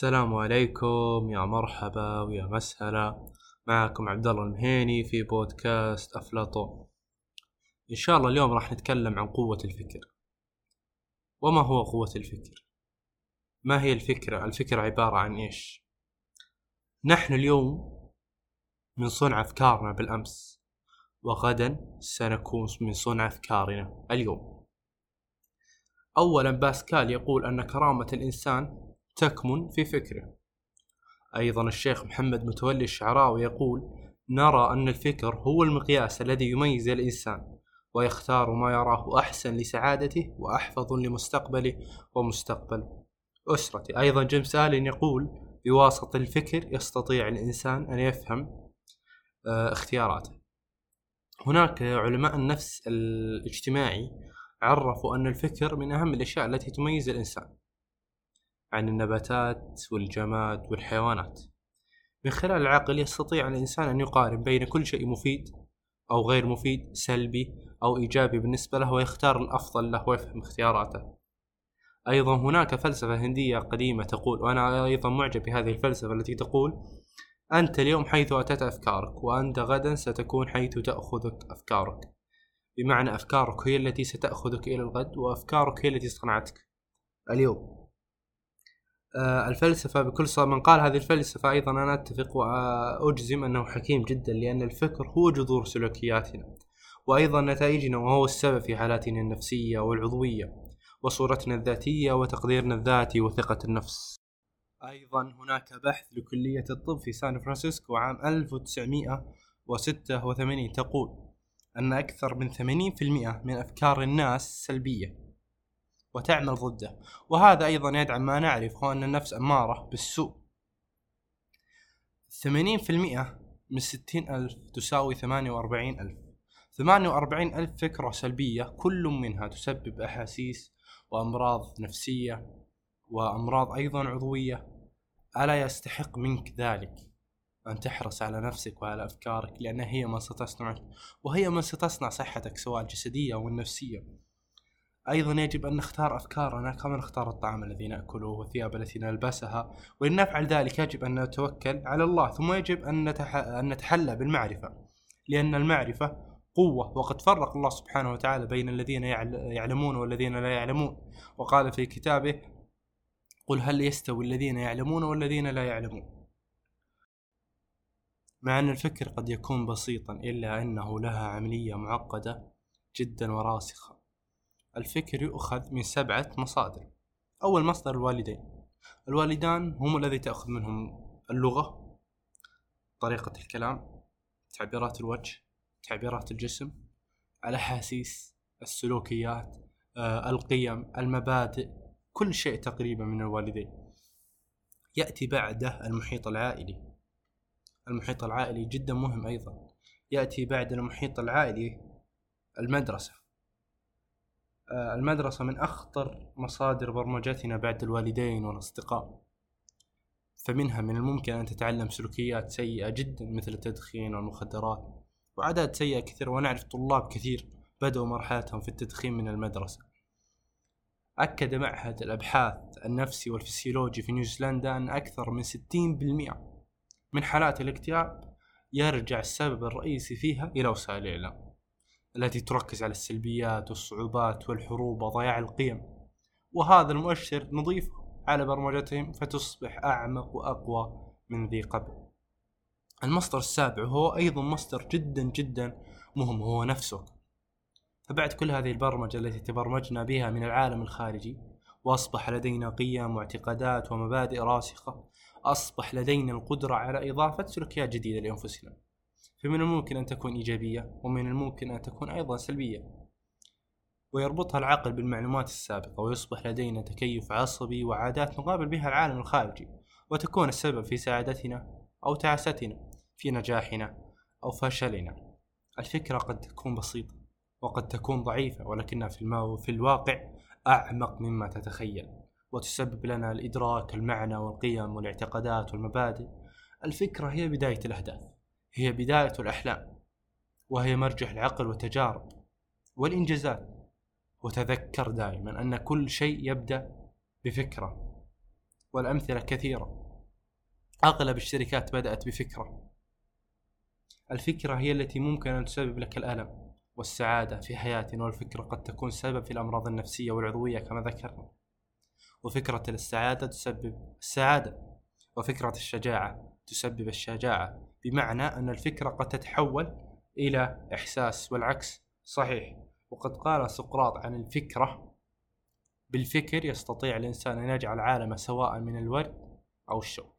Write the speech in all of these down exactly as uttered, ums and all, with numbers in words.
السلام عليكم، يا مرحبا ويا مسهلا. معكم عبد الله المهيني في بودكاست أفلاطون. إن شاء الله اليوم راح نتكلم عن قوة الفكر. وما هو قوة الفكر؟ ما هي الفكرة؟ الفكرة عبارة عن إيش؟ نحن اليوم من صنع أفكارنا بالأمس، وغدا سنكون من صنع أفكارنا اليوم. أولا باسكال يقول أن كرامة الإنسان تكمن في فكره. أيضا الشيخ محمد متولي الشعراوي يقول: نرى أن الفكر هو المقياس الذي يميز الإنسان ويختار ما يراه أحسن لسعادته وأحفظ لمستقبله ومستقبل أسرته. أيضا جيمس آلين يقول: بواسطة الفكر يستطيع الإنسان أن يفهم اختياراته. هناك علماء النفس الاجتماعي عرفوا أن الفكر من أهم الأشياء التي تميز الإنسان عن النباتات والجماد والحيوانات. من خلال العقل يستطيع الإنسان أن يقارن بين كل شيء مفيد أو غير مفيد، سلبي أو إيجابي بالنسبة له، ويختار الأفضل له ويفهم اختياراته. أيضا هناك فلسفة هندية قديمة تقول، وأنا أيضا معجب بهذه الفلسفة التي تقول: أنت اليوم حيث أتت أفكارك، وأنت غدا ستكون حيث تأخذك أفكارك. بمعنى أفكارك هي التي ستأخذك إلى الغد، وأفكارك هي التي صنعتك اليوم. الفلسفة بكل صوت من قال هذه الفلسفة أيضا أنا أتفق وأجزم أنه حكيم جدا، لأن الفكر هو جذور سلوكياتنا وأيضا نتائجنا، وهو السبب في حالاتنا النفسية والعضوية وصورتنا الذاتية وتقديرنا الذاتي وثقة النفس. أيضا هناك بحث لكلية الطب في سان فرانسيسكو عام ألف وتسعمائة وستة وثمانين تقول أن أكثر من ثمانين بالمئة من أفكار الناس سلبية وتعمل ضده، وهذا أيضا يدعم ما نعرف هو أن النفس أمارة بالسوء. ثمانين بالمئة من ستين ألف تساوي ثمانية وأربعين ألف. ثمانية وأربعين ألف فكرة سلبية، كل منها تسبب أحاسيس وأمراض نفسية وأمراض أيضا عضوية. ألا يستحق منك ذلك أن تحرص على نفسك وعلى أفكارك، لأنها هي من ستصنعك وهي من ستصنع صحتك سواء الجسدية أو النفسية. أيضا يجب أن نختار أفكارنا كما نختار الطعام الذي نأكله والثياب التي نلبسها، وإن نفعل ذلك يجب أن نتوكل على الله، ثم يجب أن, نتح... أن نتحلى بالمعرفة، لأن المعرفة قوة، وقد فرق الله سبحانه وتعالى بين الذين يعلمون والذين لا يعلمون، وقال في كتابه: قل هل يستوي الذين يعلمون والذين لا يعلمون. مع أن الفكر قد يكون بسيطا إلا أنه لها عملية معقدة جدا وراسخة. الفكر يؤخذ من سبعة مصادر. أول مصدر الوالدين. الوالدان هم الذي تأخذ منهم اللغة، طريقة الكلام، تعبيرات الوجه، تعبيرات الجسم، الأحاسيس، السلوكيات، آه، القيم، المبادئ، كل شيء تقريبا من الوالدين. يأتي بعده المحيط العائلي. المحيط العائلي جدا مهم أيضا. يأتي بعد المحيط العائلي المدرسة. المدرسة من أخطر مصادر برمجتنا بعد الوالدين والأصدقاء، فمنها من الممكن أن تتعلم سلوكيات سيئة جدا مثل التدخين والمخدرات وعادات سيئة كثير، ونعرف طلاب كثير بدأوا مرحلتهم في التدخين من المدرسة. أكد معهد الأبحاث النفسي والفسيولوجي في نيوزيلندا أن أكثر من ستين بالمئة من حالات الاكتئاب يرجع السبب الرئيسي فيها إلى وسائل الإعلام التي تركز على السلبيات والصعوبات والحروب وضياع القيم، وهذا المؤشر نضيفه على برمجتهم فتصبح أعمق وأقوى من ذي قبل. المصدر السابع هو أيضا مصدر جدا جدا مهم، هو نفسك. فبعد كل هذه البرمجة التي تبرمجنا بها من العالم الخارجي، وأصبح لدينا قيم واعتقادات ومبادئ راسخة، أصبح لدينا القدرة على إضافة سلوكيات جديدة لأنفسنا، فمن الممكن أن تكون إيجابية ومن الممكن أن تكون أيضا سلبية، ويربطها العقل بالمعلومات السابقة، ويصبح لدينا تكيف عصبي وعادات نقابل بها العالم الخارجي، وتكون السبب في سعادتنا أو تعاستنا، في نجاحنا أو فشلنا. الفكرة قد تكون بسيطة وقد تكون ضعيفة، ولكنها في, المو... في الواقع أعمق مما تتخيل، وتسبب لنا الإدراك، المعنى والقيم والاعتقادات والمبادئ. الفكرة هي بداية الأهداف، هي بداية الأحلام، وهي مرجع العقل والتجارب والإنجازات. وتذكر دائما أن كل شيء يبدأ بفكرة، والأمثلة كثيرة. أغلب الشركات بدأت بفكرة. الفكرة هي التي ممكن أن تسبب لك الألم والسعادة في حياتنا، والفكرة قد تكون سبب في الأمراض النفسية والعضوية كما ذكرنا. وفكرة السعادة تسبب السعادة، وفكرة الشجاعة تسبب الشجاعة، بمعنى أن الفكرة قد تتحول إلى إحساس، والعكس صحيح. وقد قال سقراط عن الفكرة: بالفكر يستطيع الإنسان أن يجعل عالمه سواء من الورد أو الشوك.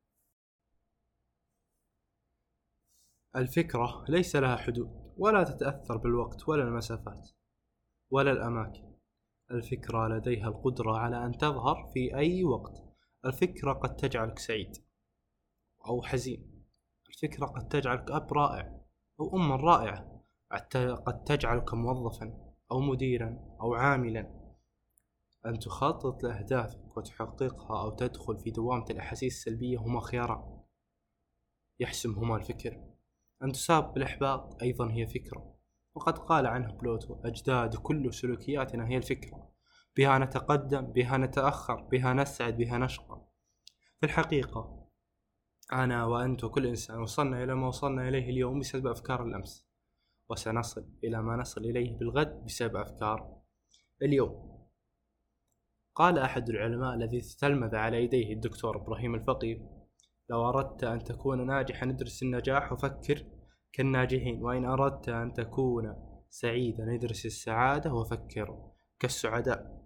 الفكرة ليس لها حدود، ولا تتأثر بالوقت ولا المسافات ولا الأماكن. الفكرة لديها القدرة على أن تظهر في أي وقت. الفكرة قد تجعلك سعيد أو حزين. الفكرة قد تجعلك أب رائع أو أم رائعة. قد تجعلك موظفا أو مديرا أو عاملا. أن تخطط لأهدافك وتحققها أو تدخل في دوامة الأحاسيس السلبية هما خياران يحسمهما الفكر. أن تصاب بالإحباط أيضا هي فكرة، وقد قال عنه بلوتو: أجداد كل سلوكياتنا هي الفكرة، بها نتقدم، بها نتأخر، بها نسعد، بها نشقى. في الحقيقة أنا وأنت وكل إنسان وصلنا إلى ما وصلنا إليه اليوم بسبب أفكار الأمس، وسنصل إلى ما نصل إليه بالغد بسبب أفكار اليوم. قال أحد العلماء الذي تلمذ على يديه الدكتور إبراهيم الفقي: لو أردت أن تكون ناجحا ادرس النجاح وفكر كالناجحين، وإن أردت أن تكون سعيدا ادرس السعادة وفكر كالسعداء.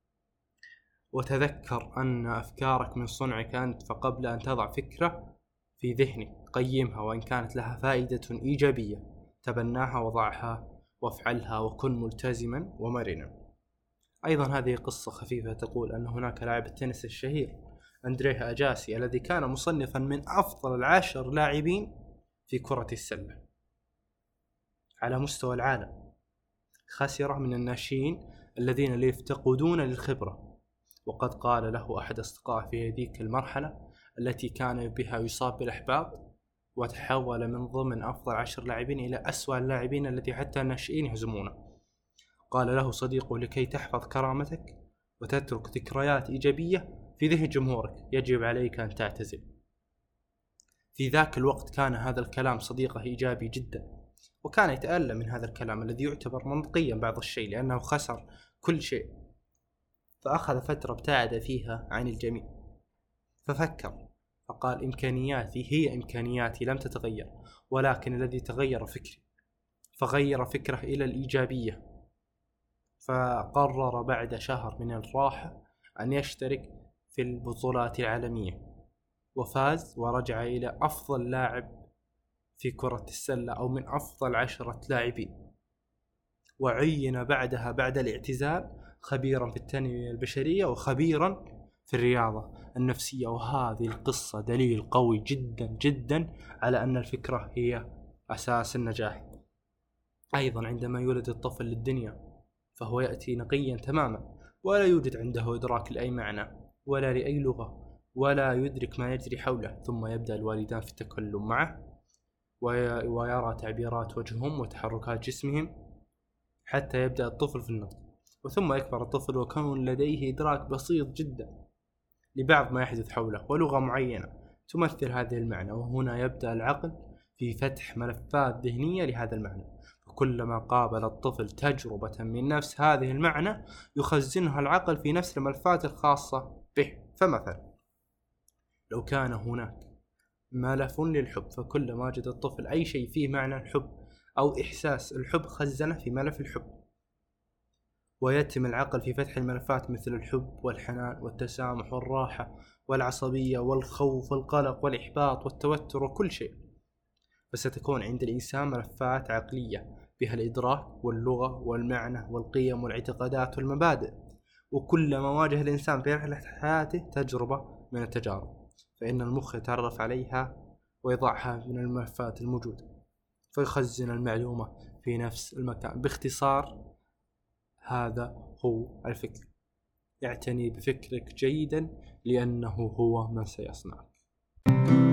وتذكر أن أفكارك من صنعك أنت، فقبل أن تضع فكرة في ذهنك قيمها، وإن كانت لها فائدة إيجابية تبناها وضعها وافعلها، وكن ملتزما ومرنا. أيضا هذه قصة خفيفة تقول أن هناك لاعب التنس الشهير أندريه أجاسي الذي كان مصنفا من أفضل العشر لاعبين في كرة السلة على مستوى العالم، خسر من الناشئين الذين يفتقدون للخبرة. وقد قال له أحد أصدقائه في هذيك المرحلة التي كان بها يصاب بالإحباط، وتحول من ضمن أفضل عشر لاعبين إلى أسوأ اللاعبين الذي حتى الناشئين يهزمونه. قال له صديقه: لكي تحفظ كرامتك وتترك ذكريات إيجابية في ذهن جمهورك يجب عليك أن تعتزل. في ذاك الوقت كان هذا الكلام صديقه إيجابي جدا، وكان يتألم من هذا الكلام الذي يعتبر منطقيا بعض الشيء لأنه خسر كل شيء. فأخذ فترة ابتعد فيها عن الجميع، ففكر فقال: إمكانياتي هي إمكانياتي لم تتغير، ولكن الذي تغير فكري. فغير فكره إلى الإيجابية. فقرر بعد شهر من الراحة أن يشترك في البطولات العالمية، وفاز ورجع إلى أفضل لاعب في كرة السلة أو من أفضل عشرة لاعبين. وعين بعدها بعد الاعتزال خبيرا في التنمية البشرية وخبيرا في الرياضة النفسية. وهذه القصة دليل قوي جدا جدا على أن الفكرة هي أساس النجاح. أيضا عندما يولد الطفل للدنيا فهو يأتي نقيا تماما، ولا يوجد عنده إدراك لأي معنى ولا لأي لغة، ولا يدرك ما يجري حوله. ثم يبدأ الوالدان في التكلم معه، ويرى تعبيرات وجههم وتحركات جسمهم حتى يبدأ الطفل في النطق. وثم يكبر الطفل وكون لديه إدراك بسيط جدا لبعض ما يحدث حوله ولغة معينة تمثل هذه المعنى. وهنا يبدأ العقل في فتح ملفات ذهنية لهذا المعنى. وكلما قابل الطفل تجربة من نفس هذه المعنى يخزنها العقل في نفس الملفات الخاصة به. فمثلا لو كان هناك ملف للحب، فكلما وجد الطفل أي شيء فيه معنى الحب أو إحساس الحب خزنه في ملف الحب. ويتم العقل في فتح الملفات مثل الحب والحنان والتسامح والراحة والعصبية والخوف والقلق والإحباط والتوتر وكل شيء. فستكون عند الإنسان ملفات عقلية بها الإدراك واللغة والمعنى والقيم والاعتقادات والمبادئ. وكلما واجه الإنسان في رحلة حياته تجربة من التجارب فإن المخ يتعرف عليها ويضعها من الملفات الموجودة فيخزن المعلومة في نفس المكان. باختصار هذا هو الفكر. اعتني بفكرك جيدا لأنه هو ما سيصنعك.